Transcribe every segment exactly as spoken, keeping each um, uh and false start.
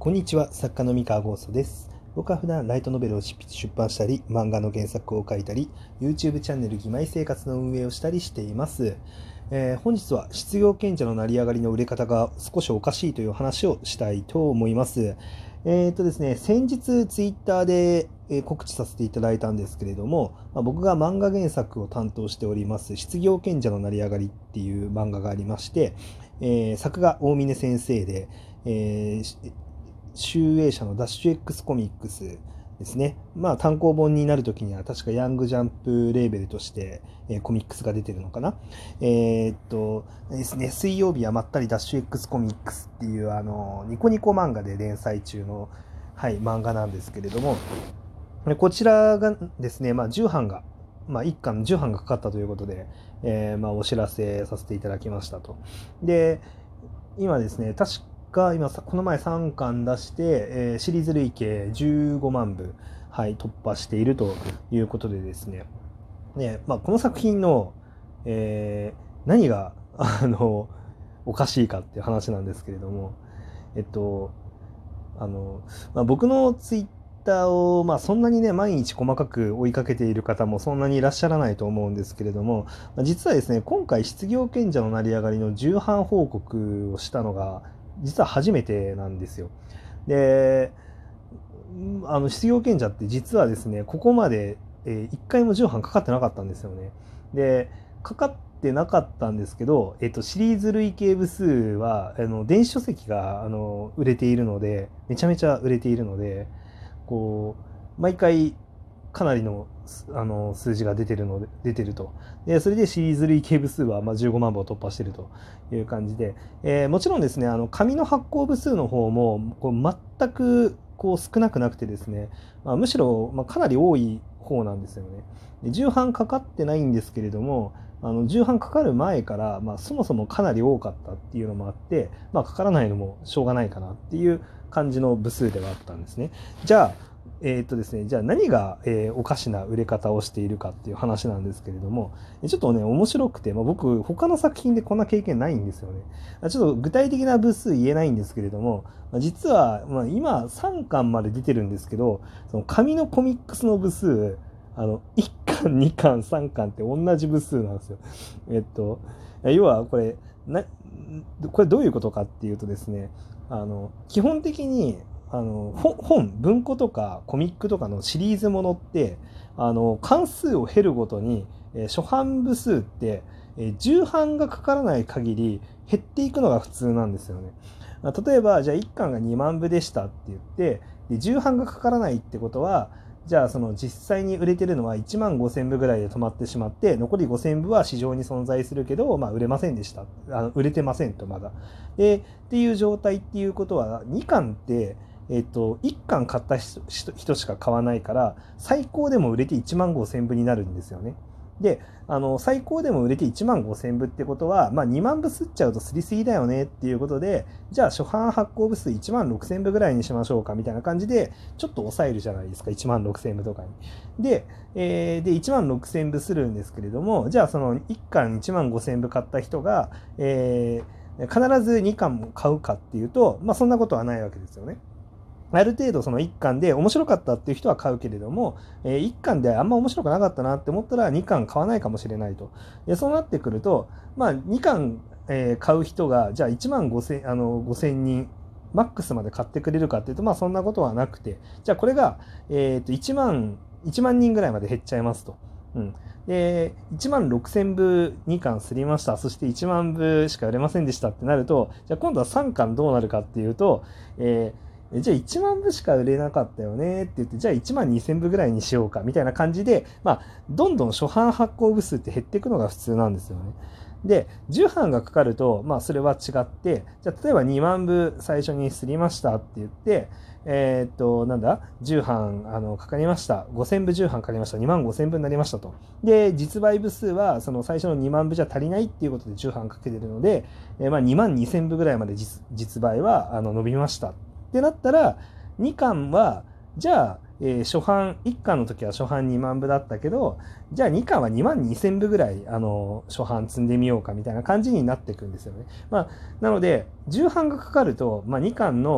こんにちは、作家の三河ゴーストです。僕は普段ライトノベルを執筆出版したり、漫画の原作を書いたり、YouTube チャンネル義妹生活の運営をしたりしています。えー、本日は失業賢者の成り上がりの売れ方が少しおかしいという話をしたいと思います。えーとですね、先日ツイッターで告知させていただいたんですけれども、僕が漫画原作を担当しております失業賢者の成り上がりっていう漫画がありまして、えー、作画大峰先生で、えー集英社のダッシュ X コミックスですね。まあ単行本になるときには確かヤングジャンプレーベルとして、えー、コミックスが出てるのかな。えー、っとですね、水曜日はまったりダッシュ X コミックスっていうあのニコニコ漫画で連載中の、はい、漫画なんですけれども、こちらがですね、まあ、じゅうはんが、まあ、いっかんじゅうはんがかかったということで、えーまあ、お知らせさせていただきましたと。で、今ですね、確かが今この前さんかん出して、えー、シリーズ累計じゅうごまんぶ、はい、突破しているということでですね、ねまあ、この作品の、えー、何があのおかしいかっていう話なんですけれども、えっとあの、まあ、僕のツイッターを、まあ、そんなにね毎日細かく追いかけている方もそんなにいらっしゃらないと思うんですけれども、実はですね今回失業賢者の成り上がりの重版報告をしたのが実は初めてなんですよ。で、あの失業賢者って実はですねここまで、えー、いっかいも重版かかってなかったんですよね。でかかってなかったんですけど、えっと、シリーズ累計部数はあの電子書籍があの売れているのでめちゃめちゃ売れているのでこう毎回かなりの、あの数字が出てるので出てると。でそれでシリーズ累計部数はまあじゅうごまんぶを突破しているという感じで、えー、もちろんですねあの紙の発行部数の方もこう全くこう少なくなくてですね、まあ、むしろまあかなり多い方なんですよね。で重版かかってないんですけれども、あの重版かかる前から、まあ、そもそもかなり多かったっていうのもあって、まあ、かからないのもしょうがないかなっていう感じの部数ではあったんですね。じゃあえーとですね、じゃあ何が、えー、おかしな売れ方をしているかっていう話なんですけれども、ちょっとね面白くて、まあ、僕他の作品でこんな経験ないんですよね。ちょっと具体的な部数言えないんですけれども、実は、まあ、今さんかんまで出てるんですけど、その紙のコミックスの部数あのいっかんにかんさんかんって同じ部数なんですよ。えっと要はこれなこれどういうことかっていうとですね、あの基本的にあの本文庫とかコミックとかのシリーズものってあの関数を経るごとに、えー、初版部数って、えー、重版がかからない限り減っていくのが普通なんですよね。例えばじゃあいっかんがにまんぶでしたって言ってで重版がかからないってことはじゃあその実際に売れてるのはいちまんごせんぶぐらいで止まってしまって残りごせんぶは市場に存在するけど、まあ、売れませんでしたあの売れてませんとまだでっていう状態っていうことはにかんってえっと、いっかん買った人しか買わないから最高でも売れていちまんごせんぶになるんですよね。であの最高でも売れていちまんごせんぶってことは、まあ、にまんぶすっちゃうとすりすぎだよねっていうことでじゃあ初版発行部数いちまんろくせんぶぐらいにしましょうかみたいな感じでちょっと抑えるじゃないですかいちまんろくせんぶとかに。で,、えー、でいちまんろくせんぶするんですけれどもじゃあそのいっかんいちまんごせんぶ買った人が、えー、必ずにかんも買うかっていうと、まあ、そんなことはないわけですよね。ある程度そのいっかんで面白かったっていう人は買うけれども、えー、いっかんであんま面白くなかったなって思ったらにかん買わないかもしれないと。でそうなってくると、まあ、にかん、えー、買う人がじゃあいちまんごせん、あのごせんにんマックスまで買ってくれるかっていうと、まあそんなことはなくて、じゃあこれが、えー、といちまん、いちまんにんぐらいまで減っちゃいますと。うん、でいちまんろくせんぶにかんすりました、そしていちまんぶしか売れませんでしたってなると、じゃあ今度はさんかんどうなるかっていうと、えーじゃあいちまんぶしか売れなかったよねって言って、じゃあいちまんにせんぶぐらいにしようかみたいな感じで、まあ、どんどん初版発行部数って減っていくのが普通なんですよね。で、重版がかかると、まあ、それは違って、じゃあ例えばにまんぶ最初にすりましたって言って、えー、っと、なんだ、重版あのかかりました。ごせんぶ重版かかりました。にまんごせんぶになりましたと。で、実売部数はその最初のにまんぶじゃ足りないっていうことで重版かけてるので、えー、まあにまんにせんぶぐらいまで 実, 実売はあの伸びました。ってなったらにかんはじゃあ、えー、初版いっかんの時は初版にまんぶだったけどじゃあにかんはにまんにせんぶぐらいあの初版積んでみようかみたいな感じになっていくんですよね。まあ、なので重版がかかると、まあ、にかんの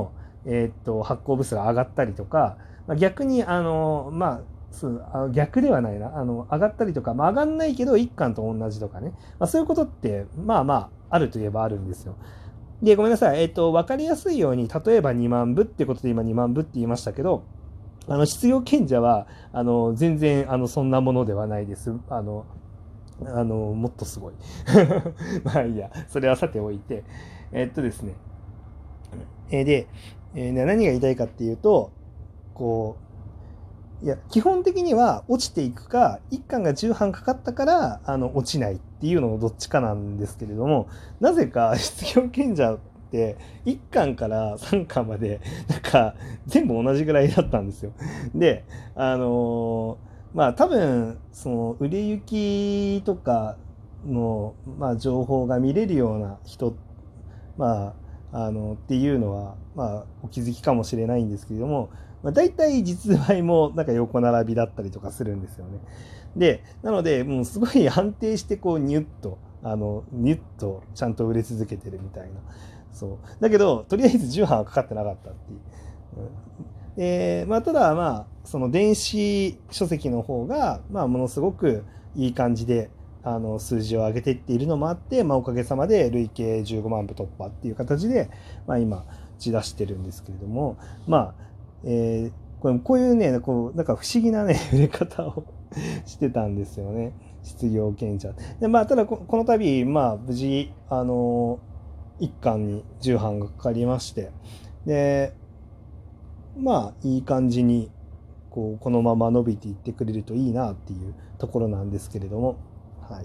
えー、っと発行部数が上がったりとか、まあ、逆にあのまあそうあ逆ではないなあの上がったりとか、まあ、上がんないけどいっかんと同じとかね、まあ、そういうことってまあまああるといえばあるんですよ。で、ごめんなさい。えっと、わかりやすいように、例えばにまん部ってことで今にまん部って言いましたけど、あの、失業賢者は、あの、全然、あの、そんなものではないです。あの、あの、もっとすごい。まあいいや、それはさておいて。えっとですね。えーで、えー何が言いたいかっていうと、こう、いや、基本的には落ちていくか、いっかんがじゅうはんかかったから、あの、落ちないっていうののどっちかなんですけれども、なぜか失業賢者っていっかんからさんかんまで、なんか全部同じぐらいだったんですよ。で、あのーまあ多分、その売れ行きとかの、まあ、情報が見れるような人、まあ、あのっていうのは、まあ、お気づきかもしれないんですけれども、まあ、大体実売もなんか横並びだったりとかするんですよね。で、なので、もうすごい安定してこうニュッと、あの、ニュッとちゃんと売れ続けてるみたいな。そう。だけど、とりあえずじゅうはんはかかってなかったっていう。うん、で、まあ、ただまあ、その電子書籍の方が、まあ、ものすごくいい感じで、あの数字を上げていっているのもあって、まあ、おかげさまで累計じゅうごまん部突破っていう形で、まあ、今打ち出してるんですけれども、まあえー、これこういうねこうなんか不思議なね売れ方をしてたんですよね、失業賢者で。まあ、ただこの度、まあ、無事あのいっかんにじゅうはんがかかりまして、でまあいい感じにこうこのまま伸びていってくれるといいなっていうところなんですけれども、はい。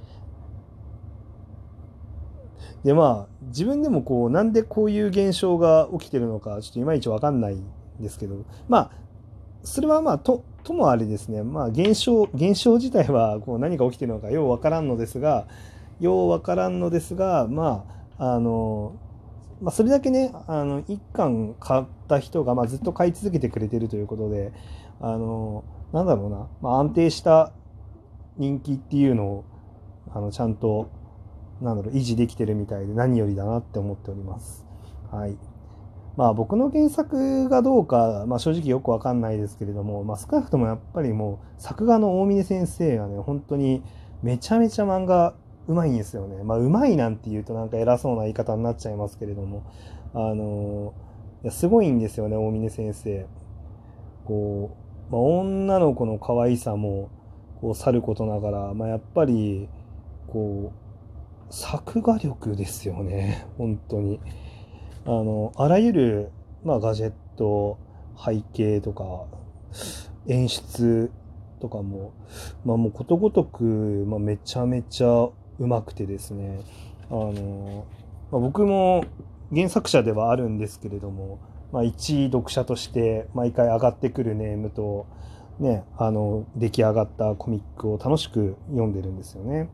でまあ自分でもこうなんでこういう現象が起きてるのかちょっといまいち分かんないんですけど、まあそれはまあとともあれですね、まあ現象現象自体はこう何が起きてるのかよう分からんのですがよう分からんのですがまああのまあ、それだけねあのいっかん買った人がまあずっと買い続けてくれてるということで、あのなんだろうな、まあ、安定した人気っていうのをあのちゃんとなんだろう維持できてるみたいで何よりだなって思っております。はい。まあ僕の原作がどうか、まあ、正直よくわかんないですけれども、まあ、少なくともやっぱりもう作画の大峰先生がね本当にめちゃめちゃ漫画うまいんですよね。まあうまいなんて言うとなんか偉そうな言い方になっちゃいますけれども、あのいやすごいんですよね大峰先生。こう、まあ、女の子の可愛さもこうさることながら、まあ、やっぱりこう作画力ですよね本当に。あのあらゆる、まあ、ガジェット背景とか演出とかも、まあ、もうことごとく、まあ、めちゃめちゃうまくてですね、あの、まあ、僕も原作者ではあるんですけれども、まあ、一読者として毎回上がってくるネームと、ね、あの出来上がったコミックを楽しく読んでるんですよね。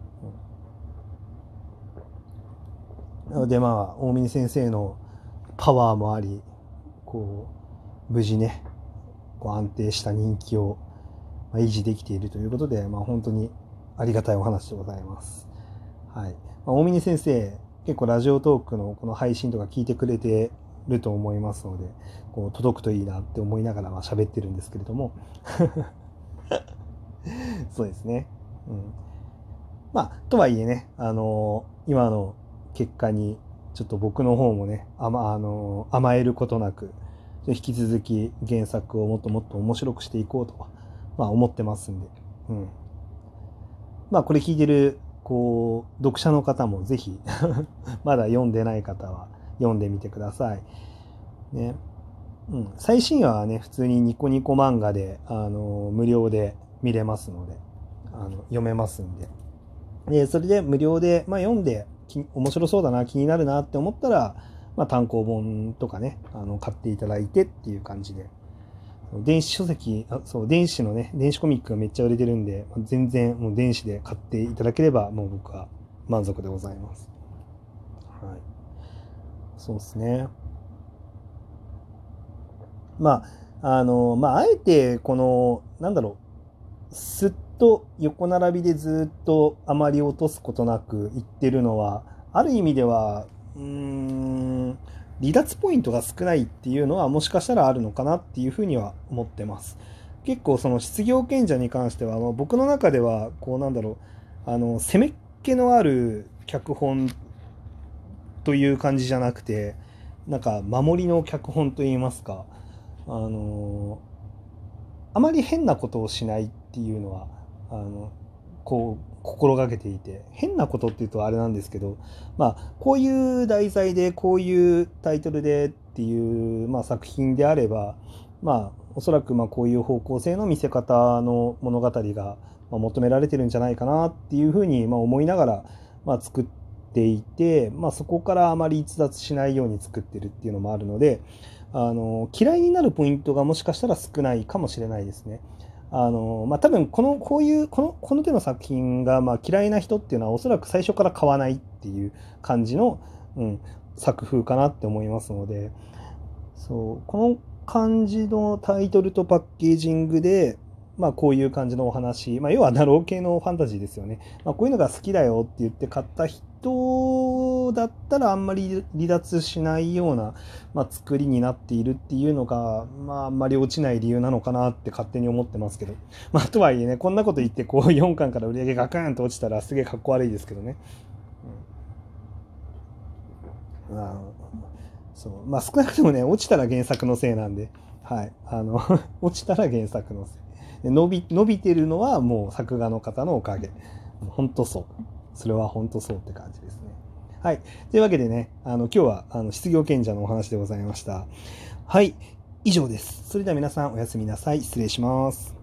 なのでまあ大峰先生のパワーもありこう無事ねこう安定した人気を維持できているということで、まあ、本当にありがたいお話でございます。はい。まあ、大峰先生結構ラジオトークのこの配信とか聞いてくれてると思いますので、こう届くといいなって思いながらまあ喋ってるんですけれどもそうですね。うん。まあとはいえね、あのー今の結果にちょっと僕の方もね、あまあのー甘えることなく引き続き原作をもっともっと面白くしていこうと、まあ、思ってますんで、うん、まあこれ聞いてるこう読者の方もぜひまだ読んでない方は読んでみてください。ね。うん、最新話はね普通にニコニコ漫画であの無料で見れますのであの読めますんで、でそれで無料で、まあ、読んでき面白そうだな気になるなって思ったら、まあ、単行本とかねあの買っていただいてっていう感じで、電子書籍あそう電子のね電子コミックがめっちゃ売れてるんで全然もう電子で買っていただければもう僕は満足でございます。はい、そうですね。まああのまああえてこのなんだろうすっと横並びでずっとあまり落とすことなくいってるのはある意味ではうーん離脱ポイントが少ないっていうのはもしかしたらあるのかなっていうふうには思ってます。結構その失業賢者に関しては、まあ、僕の中ではこうなんだろう、あの攻めっ気のある脚本という感じじゃなくて、なんか守りの脚本といいますか、あのあまり変なことをしないっていうのはあのこう心がけていて、変なことっていうとあれなんですけど、まあこういう題材でこういうタイトルでっていう、まあ、作品であれば、まあおそらくまあこういう方向性の見せ方の物語が求められてるんじゃないかなっていうふうにまあ思いながらまあ作っていて、まあ、そこからあまり逸脱しないように作ってるっていうのもあるので、あの嫌いになるポイントがもしかしたら少ないかもしれないですね。あのまあ、多分このこういうこのこの手の作品がまあ嫌いな人っていうのはおそらく最初から買わないっていう感じの、うん、作風かなって思いますので、そうこの感じのタイトルとパッケージングで、まあ、こういう感じのお話、まあ、要はナロー系のファンタジーですよね、まあ、こういうのが好きだよって言って買った人だったらあんまり離脱しないような、まあ、作りになっているっていうのが、まあ、あんまり落ちない理由なのかなって勝手に思ってますけど、まあ、とはいえね、こんなこと言ってこうよんかんから売り上げガクンと落ちたらすげえかっこ悪いですけどね。うん、あそうまあ、少なくともね、落ちたら原作のせいなんで、はい、あの落ちたら原作のせいで伸び、伸びてるのはもう作画の方のおかげ。本当そう。それは本当そうって感じですね。はい。というわけでね、あの今日はあの失業賢者のお話でございました。はい。以上です。それでは皆さんおやすみなさい。失礼します。